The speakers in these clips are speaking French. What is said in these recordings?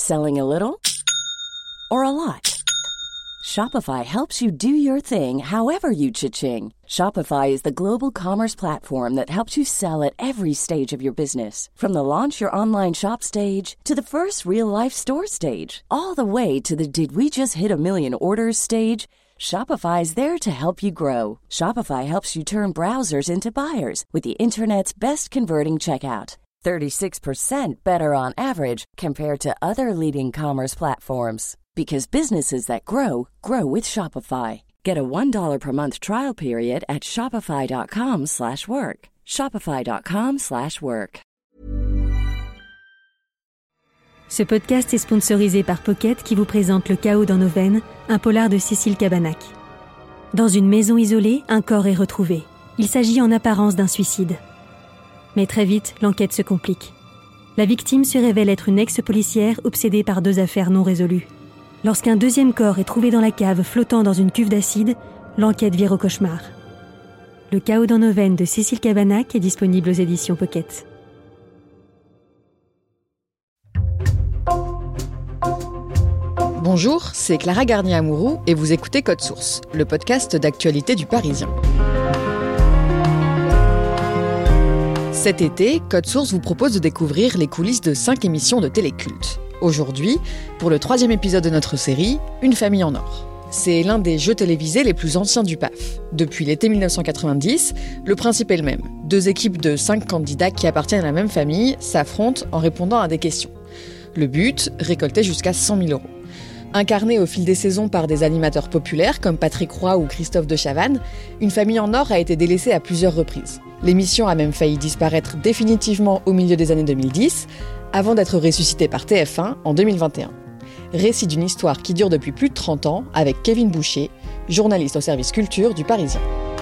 Selling a little or a lot? Shopify helps you do your thing however you cha-ching. Shopify is the global commerce platform that helps you sell at every stage of your business. From the launch your online shop stage to the first real-life store stage, all the way to the did we just hit a million orders stage. Shopify is there to help you grow. Shopify helps you turn browsers into buyers with the internet's best converting checkout. 36% better on average compared to other leading commerce platforms. Because businesses that grow, grow with Shopify. Get a $1 per month trial period at shopify.com/work. Shopify.com/work. Ce podcast est sponsorisé par Pocket qui vous présente Le chaos dans nos veines, un polar de Cécile Cabannac. Dans une maison isolée, un corps est retrouvé. Il s'agit en apparence d'un suicide. Mais très vite, l'enquête se complique. La victime se révèle être une ex-policière obsédée par 2 affaires non résolues. Lorsqu'un deuxième corps est trouvé dans la cave flottant dans une cuve d'acide, l'enquête vire au cauchemar. Le chaos dans nos veines de Cécile Cabannac est disponible aux éditions Pocket. Bonjour, c'est Clara Garnier-Amouroux et vous écoutez Code Source, le podcast d'actualité du Parisien. Cet été, Code Source vous propose de découvrir les coulisses de 5 émissions de téléculte. Aujourd'hui, pour le 3e épisode de notre série, Une famille en or. C'est l'un des jeux télévisés les plus anciens du PAF. Depuis l'été 1990, le principe est le même. 2 équipes de 5 candidats qui appartiennent à la même famille s'affrontent en répondant à des questions. Le but, récolter jusqu'à 100 000 €. Incarnée au fil des saisons par des animateurs populaires comme Patrick Roy ou Christophe de Chavannes, Une famille en or a été délaissée à plusieurs reprises. L'émission a même failli disparaître définitivement au milieu des années 2010, avant d'être ressuscitée par TF1 en 2021. Récit d'une histoire qui dure depuis plus de 30 ans avec Kevin Boucher, journaliste au service culture du Parisien.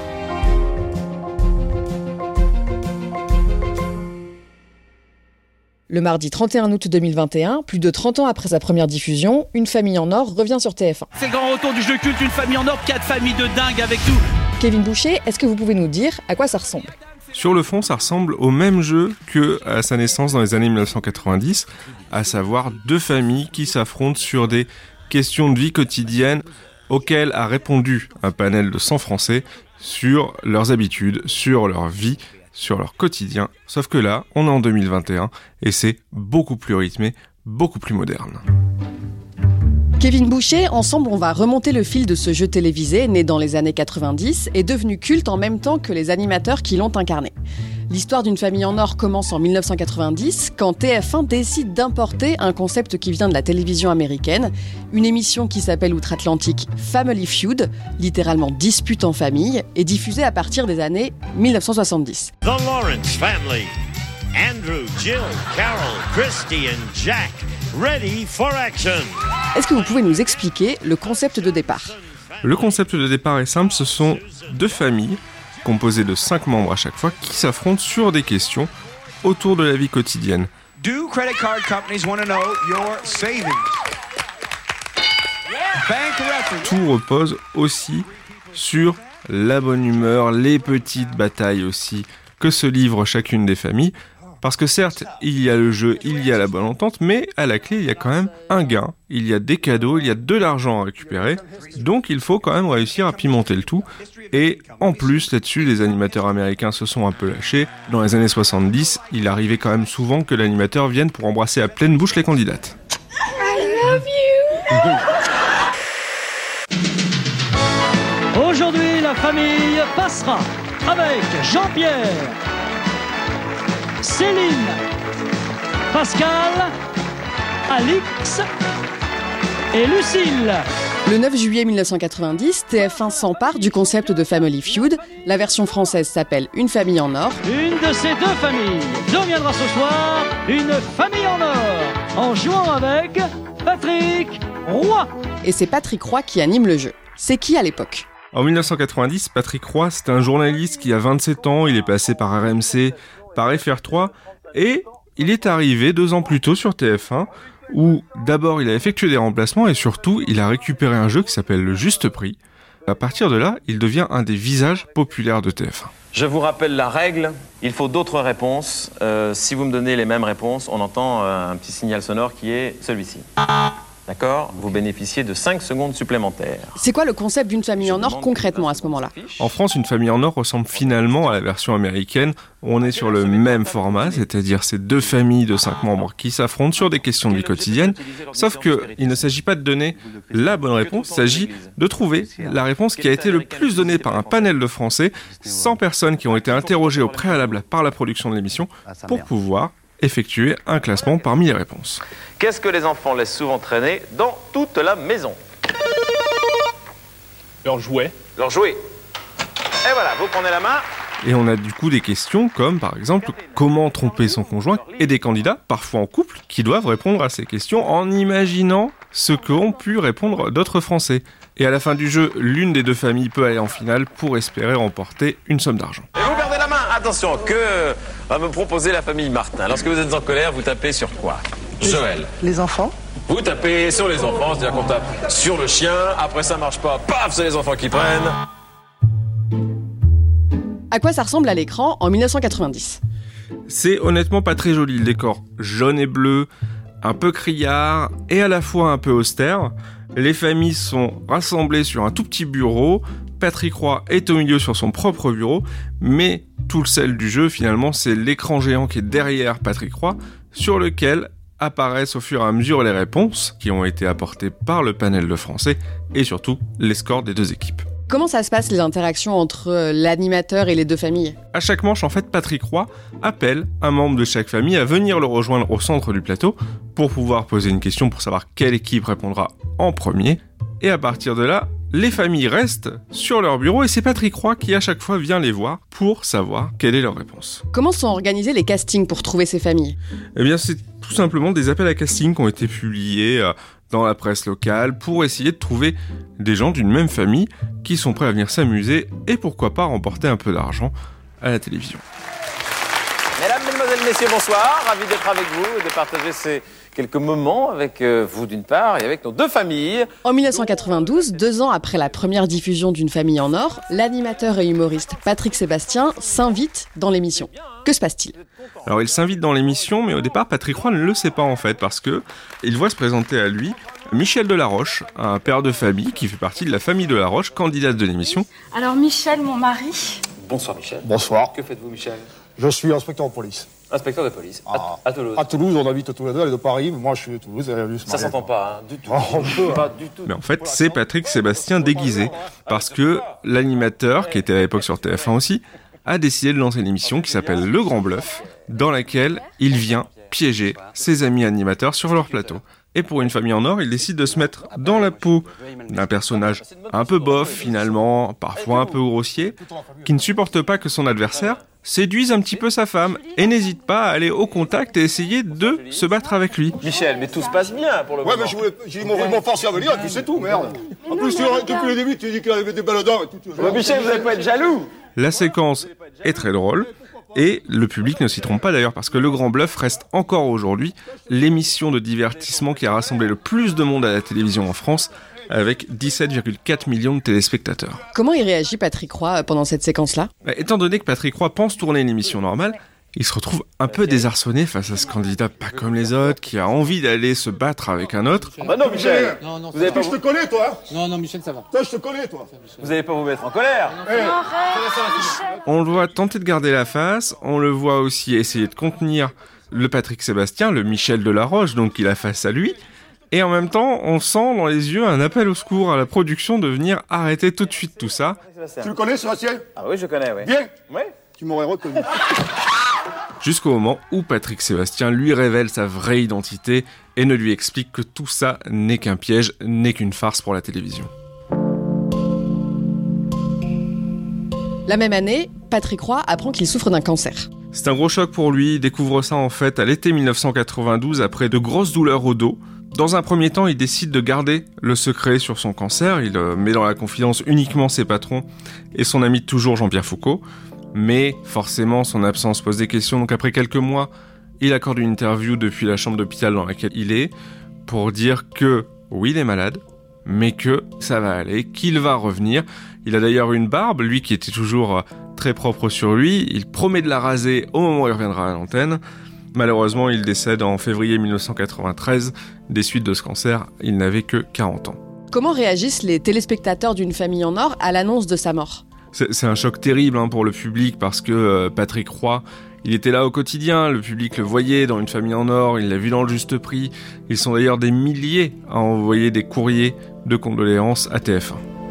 Le mardi 31 août 2021, plus de 30 ans après sa première diffusion, Une famille en or revient sur TF1. C'est le grand retour du jeu culte Une famille en or, 4 familles de dingue avec nous. Kevin Boucher, est-ce que vous pouvez nous dire à quoi ça ressemble ? Sur le fond, ça ressemble au même jeu qu'à sa naissance dans les années 1990, à savoir 2 familles qui s'affrontent sur des questions de vie quotidienne auxquelles a répondu un panel de 100 Français sur leurs habitudes, sur leur vie, sur leur quotidien. Sauf que là, on est en 2021 et c'est beaucoup plus rythmé, beaucoup plus moderne. Kevin Boucher, ensemble, on va remonter le fil de ce jeu télévisé né dans les années 90 et devenu culte en même temps que les animateurs qui l'ont incarné. L'histoire d'Une famille en or commence en 1990 quand TF1 décide d'importer un concept qui vient de la télévision américaine, une émission qui s'appelle outre-Atlantique Family Feud, littéralement dispute en famille, et diffusée à partir des années 1970. The Lawrence family. Andrew, Jill, Carol, Christy and Jack. Ready for action. Est-ce que vous pouvez nous expliquer le concept de départ ? Le concept de départ est simple, ce sont 2 familles, composées de 5 membres à chaque fois, qui s'affrontent sur des questions autour de la vie quotidienne. Do credit card companies want to know your savings? Bank reference. Tout repose aussi sur la bonne humeur, les petites batailles aussi que se livrent chacune des familles. Parce que certes, il y a le jeu, il y a la bonne entente, mais à la clé, il y a quand même un gain, il y a des cadeaux, il y a de l'argent à récupérer, donc il faut quand même réussir à pimenter le tout. Et en plus, là-dessus, les animateurs américains se sont un peu lâchés. Dans les années 70, il arrivait quand même souvent que l'animateur vienne pour embrasser à pleine bouche les candidates. I love you. Aujourd'hui, la famille passera avec Jean-Pierre, Céline, Pascal, Alix et Lucille. Le 9 juillet 1990, TF1 s'empare du concept de Family Feud. La version française s'appelle Une famille en or. Une de ces 2 familles deviendra ce soir une famille en or, en jouant avec Patrick Roy. Et c'est Patrick Roy qui anime le jeu. C'est qui à l'époque ? En 1990, Patrick Roy, c'est un journaliste qui a 27 ans, il est passé par RMC, par FR3, et il est arrivé 2 ans plus tôt sur TF1, où d'abord il a effectué des remplacements, et surtout il a récupéré un jeu qui s'appelle Le Juste Prix, À partir de là, il devient un des visages populaires de TF1. Je vous rappelle la règle, il faut d'autres réponses. Si vous me donnez les mêmes réponses, on entend un petit signal sonore qui est celui-ci. D'accord ? Vous bénéficiez de 5 secondes supplémentaires. C'est quoi le concept d'une famille en or concrètement à ce moment-là ? En France, une famille en or ressemble finalement à la version américaine. On est sur le même format, c'est-à-dire ces 2 familles de 5 membres qui s'affrontent sur des questions de vie quotidienne. Sauf qu'il ne s'agit pas de donner la bonne réponse, il s'agit de trouver la réponse qui a été le plus donnée par un panel de Français, 100 personnes qui ont été interrogées au préalable par la production de l'émission pour pouvoir effectuer un classement parmi les réponses. Qu'est-ce que les enfants laissent souvent traîner dans toute la maison ? Leurs jouets. Leurs jouets. Et voilà, vous prenez la main. Et on a du coup des questions comme par exemple comment tromper son conjoint et des candidats, parfois en couple, qui doivent répondre à ces questions en imaginant ce qu'ont pu répondre d'autres Français. Et à la fin du jeu, l'une des 2 familles peut aller en finale pour espérer remporter une somme d'argent. Et vous perdez la main. Attention, que va me proposer la famille Martin ? Lorsque vous êtes en colère, vous tapez sur quoi ? Joël. Les enfants ? Vous tapez sur les enfants, c'est-à-dire qu'on tape sur le chien, après ça marche pas, paf, c'est les enfants qui prennent. À quoi ça ressemble à l'écran en 1990 ? C'est honnêtement pas très joli, le décor jaune et bleu, un peu criard et à la fois un peu austère. Les familles sont rassemblées sur un tout petit bureau, Patrick Roy est au milieu sur son propre bureau, mais tout le sel du jeu finalement c'est l'écran géant qui est derrière Patrick Roy, sur lequel apparaissent au fur et à mesure les réponses qui ont été apportées par le panel de Français et surtout les scores des 2 équipes. Comment ça se passe les interactions entre l'animateur et les 2 familles ? À chaque manche, en fait, Patrick Roy appelle un membre de chaque famille à venir le rejoindre au centre du plateau pour pouvoir poser une question pour savoir quelle équipe répondra en premier. Et à partir de là, les familles restent sur leur bureau et c'est Patrick Roy qui à chaque fois vient les voir pour savoir quelle est leur réponse. Comment sont organisés les castings pour trouver ces familles ? Eh bien, c'est tout simplement des appels à casting qui ont été publiés dans la presse locale pour essayer de trouver des gens d'une même famille qui sont prêts à venir s'amuser et pourquoi pas remporter un peu d'argent à la télévision. Mesdames, Mesdemoiselles, Messieurs, bonsoir. Ravi d'être avec vous et de partager ces quelques moments avec vous d'une part et avec nos 2 familles. En 1992, 2 ans après la première diffusion d'une famille en or, l'animateur et humoriste Patrick Sébastien s'invite dans l'émission. Que se passe-t-il ? Alors il s'invite dans l'émission, mais au départ Patrick Roy ne le sait pas en fait, parce que il voit se présenter à lui Michel Delaroche, un père de famille qui fait partie de la famille Delaroche, candidate de l'émission. Alors Michel, mon mari. Bonsoir Michel. Bonsoir. Que faites-vous Michel ? Je suis inspecteur de police. Inspecteur de police, à Toulouse. À Toulouse, on habite tous les 2, elle est de Paris, mais moi je suis de Toulouse. Ça s'entend pas, du tout. Pas du tout. Mais en fait, c'est Patrick Sébastien déguisé, parce que l'animateur, qui était à l'époque sur TF1 aussi, a décidé de lancer une émission qui s'appelle Le Grand Bluff, dans laquelle il vient piéger ses amis animateurs sur leur plateau. Et pour une famille en or, il décide de se mettre dans la peau d'un personnage un peu bof finalement, parfois un peu grossier, qui ne supporte pas que son adversaire séduise un petit peu sa femme et n'hésite pas à aller au contact et essayer de se battre avec lui. Michel, mais tout se passe bien pour le moment. Ouais, mais j'ai mon forcé à venir et puis c'est tout, merde. En plus, depuis le début, tu dis qu'il avait des belles dents et tout. Michel, vous n'allez pas être jaloux. La séquence est très drôle. Et le public ne s'y trompe pas d'ailleurs, parce que Le Grand Bluff reste encore aujourd'hui l'émission de divertissement qui a rassemblé le plus de monde à la télévision en France, avec 17,4 millions de téléspectateurs. Comment il réagit Patrick Roy pendant cette séquence-là ? Étant donné que Patrick Roy pense tourner une émission normale, il se retrouve un peu désarçonné face à ce candidat pas comme les autres, qui a envie d'aller se battre avec un autre. Ah bah non Michel, non, vous avez pas... Je te connais toi. Non Michel ça va. Toi je te connais toi. Vous allez pas vous mettre en colère. On le voit tenter de garder la face, on le voit aussi essayer de contenir le Patrick Sébastien, le Michel Delaroche, donc il a face à lui. Et en même temps, on sent dans les yeux un appel au secours à la production de venir arrêter tout de suite tout ça. Tu le connais Sébastien ? Ah oui je connais, oui. Bien. Oui. Tu m'aurais reconnu. Jusqu'au moment où Patrick Sébastien lui révèle sa vraie identité et ne lui explique que tout ça n'est qu'un piège, n'est qu'une farce pour la télévision. La même année, Patrick Roy apprend qu'il souffre d'un cancer. C'est un gros choc pour lui, il découvre ça en fait à l'été 1992 après de grosses douleurs au dos. Dans un premier temps, il décide de garder le secret sur son cancer, il met dans la confidence uniquement ses patrons et son ami de toujours Jean-Pierre Foucault. Mais forcément, son absence pose des questions, donc après quelques mois, il accorde une interview depuis la chambre d'hôpital dans laquelle il est, pour dire que, oui, il est malade, mais que ça va aller, qu'il va revenir. Il a d'ailleurs une barbe, lui qui était toujours très propre sur lui. Il promet de la raser au moment où il reviendra à l'antenne. Malheureusement, il décède en février 1993. Des suites de ce cancer, il n'avait que 40 ans. Comment réagissent les téléspectateurs d'une famille en or à l'annonce de sa mort ? C'est un choc terrible pour le public parce que Patrick Roy, il était là au quotidien, le public le voyait dans Une famille en or, il l'a vu dans Le Juste Prix. Ils sont d'ailleurs des milliers à envoyer des courriers de condoléances à TF1.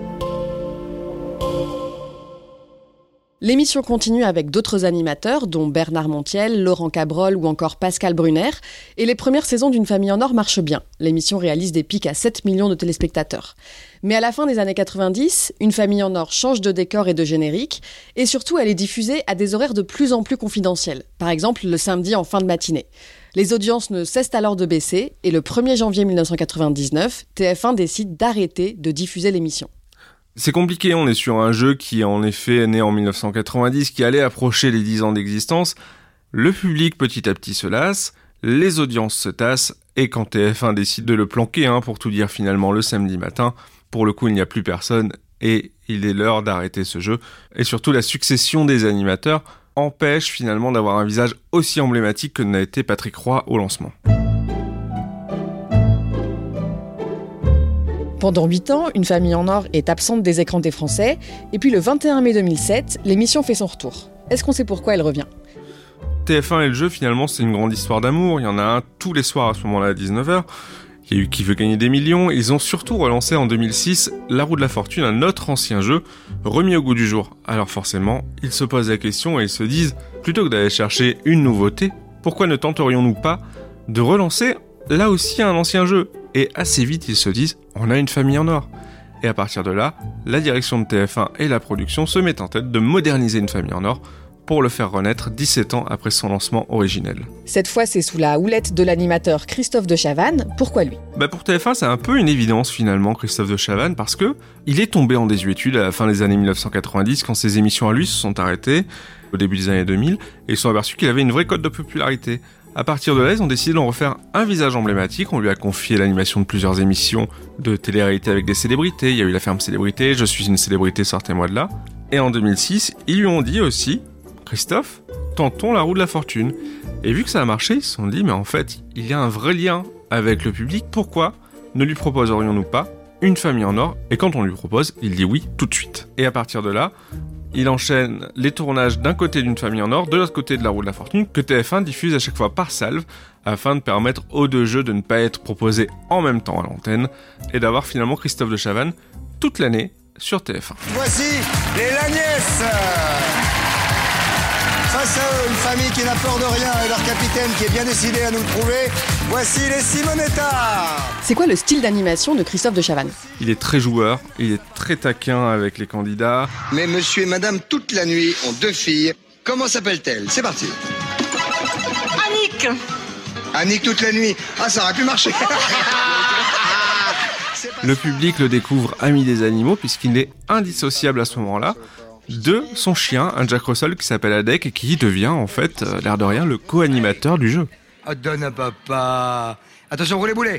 L'émission continue avec d'autres animateurs, dont Bernard Montiel, Laurent Cabrol ou encore Pascal Brunner. Et les premières saisons d'Une famille en or marchent bien. L'émission réalise des pics à 7 millions de téléspectateurs. Mais à la fin des années 90, Une famille en or change de décor et de générique. Et surtout, elle est diffusée à des horaires de plus en plus confidentiels. Par exemple, le samedi en fin de matinée. Les audiences ne cessent alors de baisser. Et le 1er janvier 1999, TF1 décide d'arrêter de diffuser l'émission. C'est compliqué, on est sur un jeu qui est en effet né en 1990, qui allait approcher les 10 ans d'existence. Le public petit à petit se lasse, les audiences se tassent, et quand TF1 décide de le planquer, pour tout dire finalement le samedi matin, pour le coup il n'y a plus personne, et il est l'heure d'arrêter ce jeu. Et surtout la succession des animateurs empêche finalement d'avoir un visage aussi emblématique que n'a été Patrick Roy au lancement. Pendant 8 ans, Une famille en or est absente des écrans des Français. Et puis le 21 mai 2007, l'émission fait son retour. Est-ce qu'on sait pourquoi elle revient ? TF1 et le jeu, finalement, c'est une grande histoire d'amour. Il y en a un tous les soirs à ce moment-là à 19h. Il y a eu Qui veut gagner des millions. Ils ont surtout relancé en 2006 La roue de la fortune, un autre ancien jeu, remis au goût du jour. Alors forcément, ils se posent la question et ils se disent, plutôt que d'aller chercher une nouveauté, pourquoi ne tenterions-nous pas de relancer là aussi un ancien jeu ? Et assez vite, ils se disent, on a Une famille en or. Et à partir de là, la direction de TF1 et la production se mettent en tête de moderniser Une famille en or pour le faire renaître 17 ans après son lancement originel. Cette fois, c'est sous la houlette de l'animateur Christophe de Chavannes. Pourquoi lui ? Pour TF1, c'est un peu une évidence finalement, Christophe de Chavannes, parce que il est tombé en désuétude à la fin des années 1990 quand ses émissions à lui se sont arrêtées au début des années 2000 et ils se sont aperçus qu'il avait une vraie cote de popularité. À partir de là, ils ont décidé d'en refaire un visage emblématique. On lui a confié l'animation de plusieurs émissions de télé-réalité avec des célébrités. Il y a eu La ferme célébrité, Je suis une célébrité, sortez-moi de là. Et en 2006, ils lui ont dit aussi, Christophe, tentons La roue de la fortune. Et vu que ça a marché, ils se sont dit, mais en fait, il y a un vrai lien avec le public. Pourquoi ne lui proposerions-nous pas Une famille en or ? Et quand on lui propose, il dit oui tout de suite. Et à partir de là, il enchaîne les tournages d'un côté d'Une famille en or, de l'autre côté de La roue de la fortune, que TF1 diffuse à chaque fois par salve, afin de permettre aux deux jeux de ne pas être proposés en même temps à l'antenne, et d'avoir finalement Christophe de Chavannes toute l'année sur TF1. Voici les Lagnès. Face à eux, une famille qui n'a peur de rien et leur capitaine qui est bien décidé à nous le prouver. Voici les Simonetta. C'est quoi le style d'animation de Christophe de Chavannes ? Il est très joueur, il est très taquin avec les candidats. Mais monsieur et madame toute la nuit ont 2 filles. Comment s'appellent-elles ? C'est parti. Annick. Annick toute la nuit. Ah, ça aurait pu marcher. Le public le découvre ami des animaux puisqu'il est indissociable à ce moment-là de son chien, un Jack Russell qui s'appelle Adek et qui devient en fait, l'air de rien, le co-animateur du jeu. Oh, donne à papa. Attention, roulez boulet.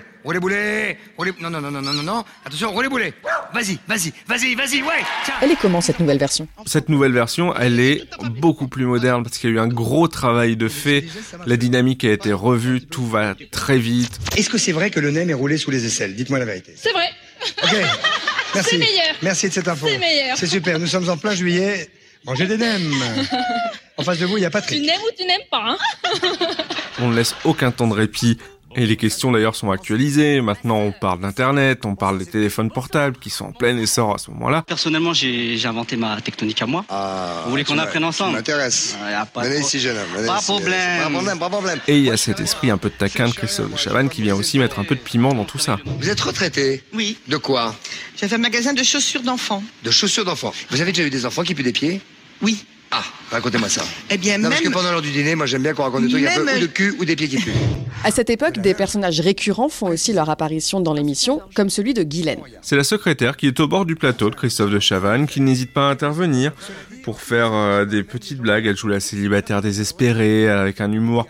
Non. Attention, roulez boulet. Vas-y, ouais. Tiens. Elle est comment cette nouvelle version ? Cette nouvelle version, elle est beaucoup plus moderne parce qu'il y a eu un gros travail de fait. La dynamique a été revue, tout va très vite. Est-ce que c'est vrai que le nem est roulé sous les aisselles ? Dites-moi la vérité. C'est vrai. Ok. Merci. C'est meilleur. Merci de cette info. C'est meilleur. C'est super. Nous sommes en plein juillet. Mangez des nems. En face de vous, il n'y a pas de Tu n'aimes ou tu n'aimes pas, On ne laisse aucun temps de répit. Et les questions d'ailleurs sont actualisées. Maintenant, on parle d'Internet, on parle des téléphones portables qui sont en plein essor à ce moment-là. Personnellement, j'ai inventé ma tectonique à moi. Vous voulez qu'on apprenne ensemble ? Ça m'intéresse. Venez ici, jeune homme. Pas de problème. Et il y a cet esprit un peu de taquin de Christophe de Chavannes qui vient aussi mettre un peu de piment dans tout ça. Vous êtes retraité ? Oui. De quoi ? J'ai fait un magasin de chaussures d'enfants. De chaussures d'enfants. Vous avez déjà eu des enfants qui puent des pieds ? Oui. Ah, racontez-moi ça. Eh bien, non, parce que pendant l'heure du dîner, moi j'aime bien qu'on raconte des trucs un peu ou de cul ou des pieds qui puent. À cette époque, des personnages récurrents font aussi leur apparition dans l'émission, comme celui de Guylaine. C'est la secrétaire qui est au bord du plateau de Christophe de Chavannes, qui n'hésite pas à intervenir pour faire des petites blagues. Elle joue la célibataire désespérée avec un humour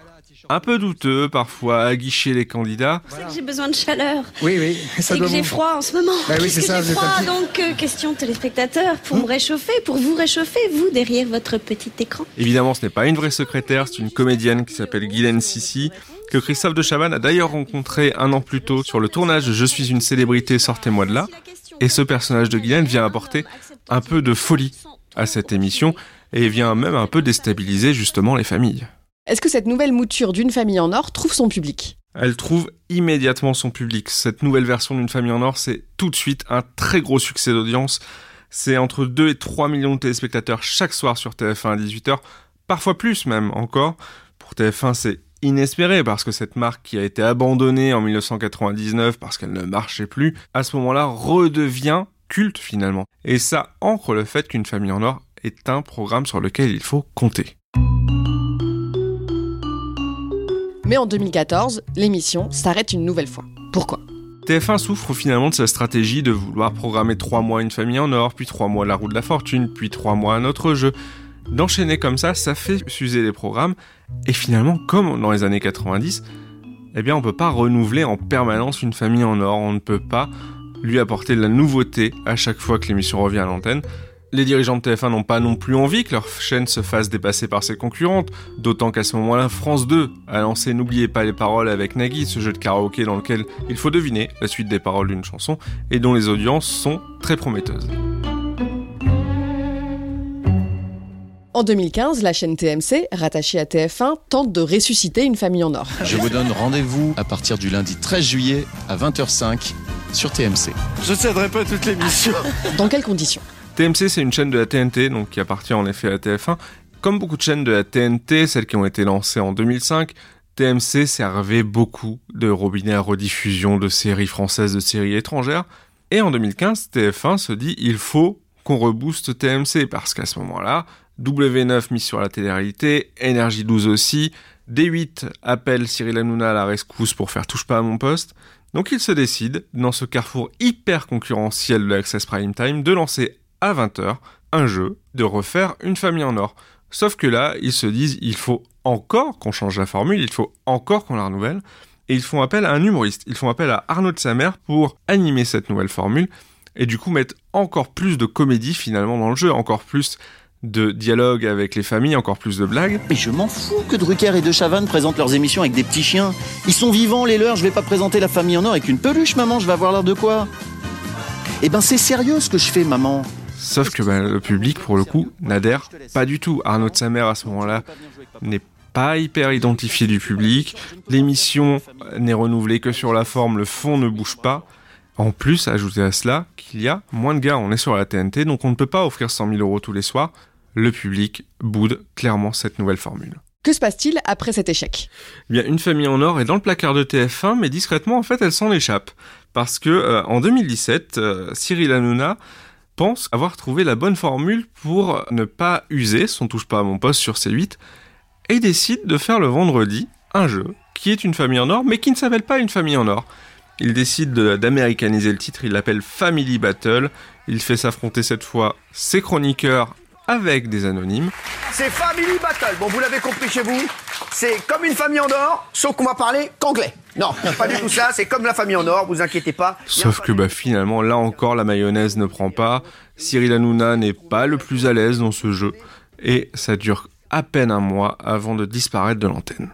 un peu douteux, parfois aguicher les candidats. Je sais que j'ai besoin de chaleur. Oui, ça et doit que j'ai froid en ce moment. Bah oui, c'est ça. J'ai froid, donc question téléspectateurs, pour me réchauffer, pour vous réchauffer, vous, derrière votre petit écran. Évidemment, ce n'est pas une vraie secrétaire, c'est une comédienne qui s'appelle Guylaine Sissi, que Christophe de Chavannes a d'ailleurs rencontré 1 an plus tôt sur le tournage de Je suis une célébrité, sortez-moi de là. Et ce personnage de Guylaine vient apporter un peu de folie à cette émission et vient même un peu déstabiliser justement les familles. Est-ce que cette nouvelle mouture d'une famille en or trouve son public ? Elle trouve immédiatement son public. Cette nouvelle version d'une famille en or, c'est tout de suite un très gros succès d'audience. C'est entre 2 et 3 millions de téléspectateurs chaque soir sur TF1 à 18h, parfois plus même encore. Pour TF1, c'est inespéré parce que cette marque qui a été abandonnée en 1999 parce qu'elle ne marchait plus, à ce moment-là redevient culte finalement. Et ça ancre le fait qu'une famille en or est un programme sur lequel il faut compter. Mais en 2014, l'émission s'arrête une nouvelle fois. Pourquoi ? TF1 souffre finalement de sa stratégie de vouloir programmer 3 mois une famille en or, puis 3 mois la roue de la fortune, puis 3 mois un autre jeu. D'enchaîner comme ça fait s'user les programmes, et finalement, comme dans les années 90, on peut pas renouveler en permanence une famille en or, on ne peut pas lui apporter de la nouveauté à chaque fois que l'émission revient à l'antenne. Les dirigeants de TF1 n'ont pas non plus envie que leur chaîne se fasse dépasser par ses concurrentes, d'autant qu'à ce moment-là, France 2 a lancé N'oubliez pas les paroles avec Nagui, ce jeu de karaoké dans lequel il faut deviner la suite des paroles d'une chanson, et dont les audiences sont très prometteuses. En 2015, la chaîne TMC, rattachée à TF1, tente de ressusciter une famille en or. Je vous donne rendez-vous à partir du lundi 13 juillet à 20h05 sur TMC. Je ne céderai pas toute l'émission. Dans quelles conditions ? TMC, c'est une chaîne de la TNT, donc qui appartient en effet à TF1. Comme beaucoup de chaînes de la TNT, celles qui ont été lancées en 2005, TMC servait beaucoup de robinets à rediffusion de séries françaises, de séries étrangères. Et en 2015, TF1 se dit il faut qu'on rebooste TMC, parce qu'à ce moment-là, W9 mise sur la télé-réalité, Énergie 12 aussi, D8 appelle Cyril Hanouna à la rescousse pour faire touche pas à mon poste. Donc il se décide, dans ce carrefour hyper concurrentiel de l'Access Prime Time, de lancer à 20h un jeu, de refaire une famille en or. Sauf que là, ils se disent il faut encore qu'on change la formule, il faut encore qu'on la renouvelle, et ils font appel à un humoriste, ils font appel à Arnaud de Samer pour animer cette nouvelle formule, et du coup mettre encore plus de comédie finalement dans le jeu, encore plus de dialogue avec les familles, encore plus de blagues. Mais je m'en fous que Drucker et De Chavannes présentent leurs émissions avec des petits chiens. Ils sont vivants, les leurs, je vais pas présenter la famille en or avec une peluche, maman, je vais avoir l'air de quoi ? C'est sérieux ce que je fais, maman. Sauf que le public, pour le coup, n'adhère pas du tout. Arnaud de Samer, à ce moment-là, n'est pas hyper identifié du public. L'émission n'est renouvelée que sur la forme, le fond ne bouge pas. En plus, ajoutez à cela qu'il y a moins de gars, on est sur la TNT, donc on ne peut pas offrir 100 000 € tous les soirs. Le public boude clairement cette nouvelle formule. Que se passe-t-il après cet échec ? Une famille en or est dans le placard de TF1, mais discrètement, en fait, elle s'en échappe. Parce que en 2017, Cyril Hanouna pense avoir trouvé la bonne formule pour ne pas user son touche pas à mon poste sur C8, et décide de faire le vendredi un jeu qui est une famille en or, mais qui ne s'appelle pas une famille en or. Il décide d'américaniser le titre, il l'appelle Family Battle. Il fait s'affronter cette fois ses chroniqueurs avec des anonymes. C'est Family Battle. Bon, vous l'avez compris chez vous, c'est comme une famille en or, sauf qu'on va parler qu'anglais. Non, pas du tout ça, c'est comme la famille en or, vous inquiétez pas. Sauf que finalement, là encore, la mayonnaise ne prend pas. Cyril Hanouna n'est pas le plus à l'aise dans ce jeu. Et ça dure à peine un mois avant de disparaître de l'antenne.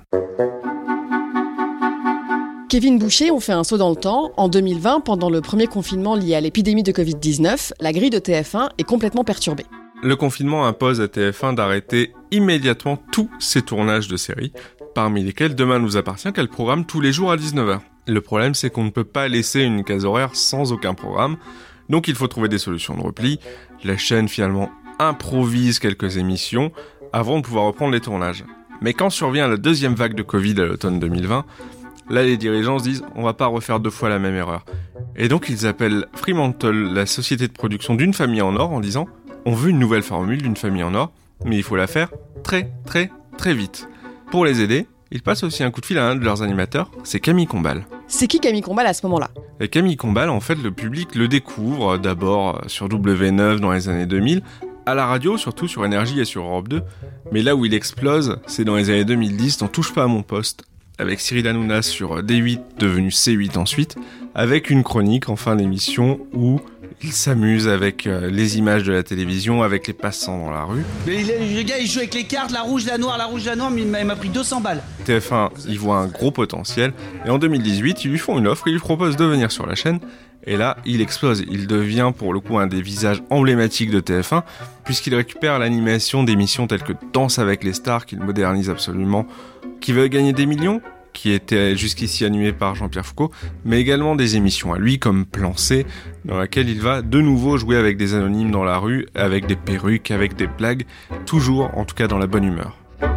Kevin Boucher, on fait un saut dans le temps. En 2020, pendant le premier confinement lié à l'épidémie de Covid-19, la grille de TF1 est complètement perturbée. Le confinement impose à TF1 d'arrêter immédiatement tous ses tournages de séries, parmi lesquels Demain nous appartient qu'elle programme tous les jours à 19h. Le problème, c'est qu'on ne peut pas laisser une case horaire sans aucun programme, donc il faut trouver des solutions de repli. La chaîne, finalement, improvise quelques émissions avant de pouvoir reprendre les tournages. Mais quand survient la deuxième vague de Covid à l'automne 2020, là, les dirigeants se disent « on va pas refaire 2 fois la même erreur ». Et donc, ils appellent Fremantle, la société de production d'une famille en or, en disant « on veut une nouvelle formule d'une famille en or, mais il faut la faire très, très, très vite ». Pour les aider, ils passent aussi un coup de fil à un de leurs animateurs, c'est Camille Combal. C'est qui Camille Combal à ce moment-là ? Et Camille Combal, en fait, le public le découvre d'abord sur W9 dans les années 2000, à la radio, surtout sur Énergie et sur Europe 2, mais là où il explose, c'est dans les années 2010, dans Touche pas à mon poste, avec Cyril Hanouna sur D8, devenu C8 ensuite, avec une chronique en fin d'émission où il s'amuse avec les images de la télévision, avec les passants dans la rue. Mais le gars, il joue avec les cartes, la rouge, la noire, mais il m'a pris 200 balles. TF1, il voit un gros potentiel, et en 2018, ils lui font une offre, ils lui proposent de venir sur la chaîne, et là, il explose. Il devient pour le coup un des visages emblématiques de TF1, puisqu'il récupère l'animation d'émissions telles que Danse avec les stars, qu'il modernise absolument, qui veut gagner des millions, qui était jusqu'ici animé par Jean-Pierre Foucault, mais également des émissions à lui comme Plan C, dans laquelle il va de nouveau jouer avec des anonymes dans la rue, avec des perruques, avec des blagues, toujours en tout cas dans la bonne humeur.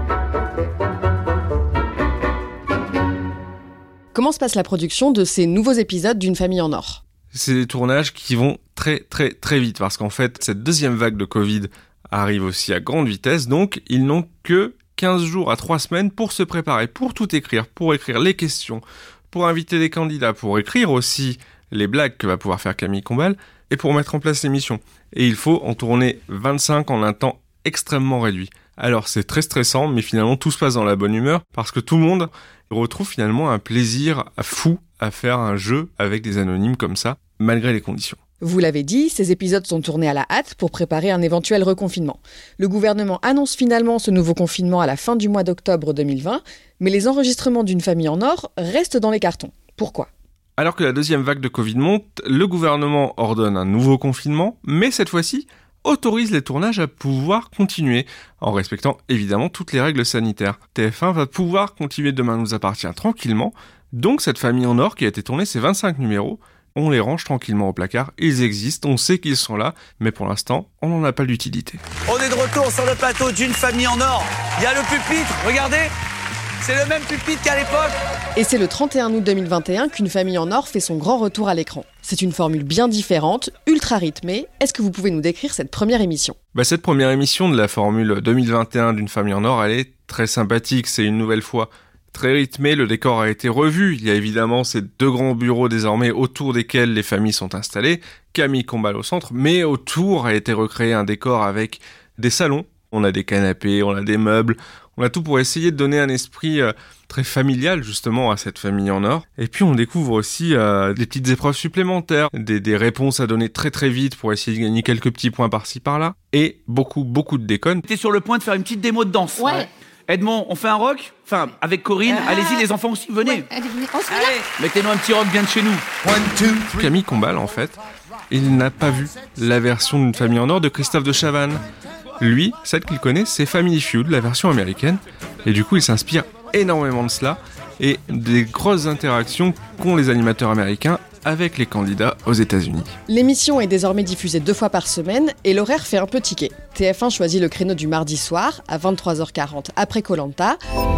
Comment se passe la production de ces nouveaux épisodes d'Une famille en or ? C'est des tournages qui vont très très très vite, parce qu'en fait, cette deuxième vague de Covid arrive aussi à grande vitesse, donc ils n'ont que 15 jours à 3 semaines pour se préparer, pour tout écrire, pour écrire les questions, pour inviter les candidats, pour écrire aussi les blagues que va pouvoir faire Camille Combal, et pour mettre en place l'émission. Et il faut en tourner 25 en un temps extrêmement réduit. Alors c'est très stressant, mais finalement tout se passe dans la bonne humeur, parce que tout le monde retrouve finalement un plaisir fou à faire un jeu avec des anonymes comme ça, malgré les conditions. Vous l'avez dit, ces épisodes sont tournés à la hâte pour préparer un éventuel reconfinement. Le gouvernement annonce finalement ce nouveau confinement à la fin du mois d'octobre 2020, mais les enregistrements d'Une famille en or restent dans les cartons. Pourquoi ? Alors que la deuxième vague de Covid monte, le gouvernement ordonne un nouveau confinement, mais cette fois-ci autorise les tournages à pouvoir continuer, en respectant évidemment toutes les règles sanitaires. TF1 va pouvoir continuer Demain nous appartient tranquillement, donc cette famille en or qui a été tournée, ces 25 numéros, on les range tranquillement au placard, ils existent, on sait qu'ils sont là, mais pour l'instant, on n'en a pas d'utilité. On est de retour sur le plateau d'Une famille en or. Il y a le pupitre, regardez, c'est le même pupitre qu'à l'époque. Et c'est le 31 août 2021 qu'Une famille en or fait son grand retour à l'écran. C'est une formule bien différente, ultra rythmée. Est-ce que vous pouvez nous décrire cette première émission ? Cette première émission de la formule 2021 d'Une famille en or, elle est très sympathique, c'est une nouvelle fois très rythmé, le décor a été revu. Il y a évidemment ces 2 grands bureaux désormais autour desquels les familles sont installées. Camille Combal au centre, mais autour a été recréé un décor avec des salons. On a des canapés, on a des meubles, on a tout pour essayer de donner un esprit très familial justement à cette famille en or. Et puis on découvre aussi des petites épreuves supplémentaires, des réponses à donner très très vite pour essayer de gagner quelques petits points par-ci par-là. Et beaucoup de déconnes. T'es sur le point de faire une petite démo de danse. Ouais. Edmond, on fait un rock ? Enfin, avec Corinne, allez-y les enfants aussi, venez. Ouais, allez, on se met là. Allez, mettez-nous un petit rock bien de chez nous. Camille Combal, en fait, il n'a pas vu la version d'Une famille en or de Christophe de Chavannes. Lui, celle qu'il connaît, c'est Family Feud, la version américaine. Et du coup, il s'inspire énormément de cela et des grosses interactions qu'ont les animateurs américains avec les candidats aux États-Unis. L'émission est désormais diffusée 2 fois par semaine et l'horaire fait un peu tiquer. TF1 choisit le créneau du mardi soir à 23h40 après Koh-Lanta.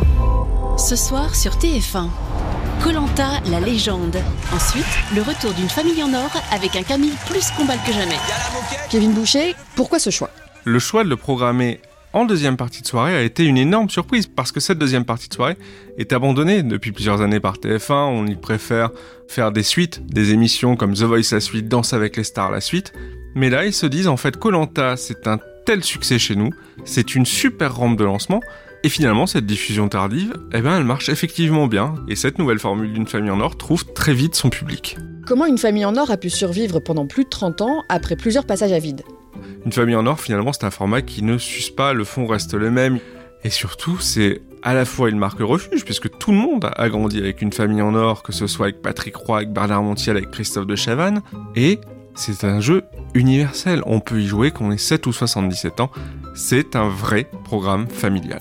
Ce soir sur TF1, Koh-Lanta, la légende. Ensuite, le retour d'Une famille en or avec un Camille plus Combal que jamais. Kevin Boucher, pourquoi ce choix ? Le choix de le programmer en deuxième partie de soirée a été une énorme surprise parce que cette deuxième partie de soirée est abandonnée depuis plusieurs années par TF1. On y préfère faire des suites, des émissions comme The Voice la suite, Danse avec les stars la suite. Mais là, ils se disent en fait Koh-Lanta, c'est un tel succès chez nous, c'est une super rampe de lancement. Et finalement, cette diffusion tardive, elle marche effectivement bien. Et cette nouvelle formule d'Une famille en or trouve très vite son public. Comment Une famille en or a pu survivre pendant plus de 30 ans après plusieurs passages à vide ? Une famille en or, finalement, c'est un format qui ne s'use pas, le fond reste le même. Et surtout, c'est à la fois une marque refuge, puisque tout le monde a grandi avec Une famille en or, que ce soit avec Patrick Roy, avec Bernard Montiel, avec Christophe de Chavannes. Et c'est un jeu universel. On peut y jouer quand on est 7 ou 77 ans. C'est un vrai programme familial.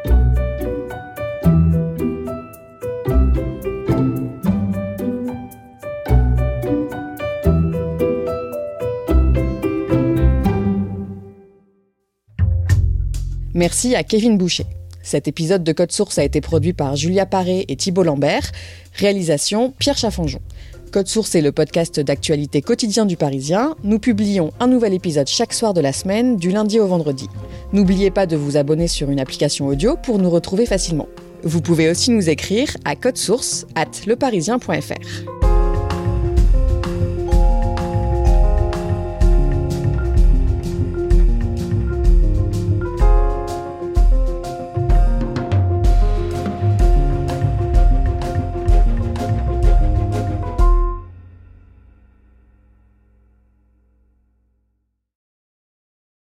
Merci à Kevin Boucher. Cet épisode de Code Source a été produit par Julia Paré et Thibault Lambert. Réalisation Pierre Chaffanjon. Code Source est le podcast d'actualité quotidien du Parisien. Nous publions un nouvel épisode chaque soir de la semaine, du lundi au vendredi. N'oubliez pas de vous abonner sur une application audio pour nous retrouver facilement. Vous pouvez aussi nous écrire à codesource@leparisien.fr.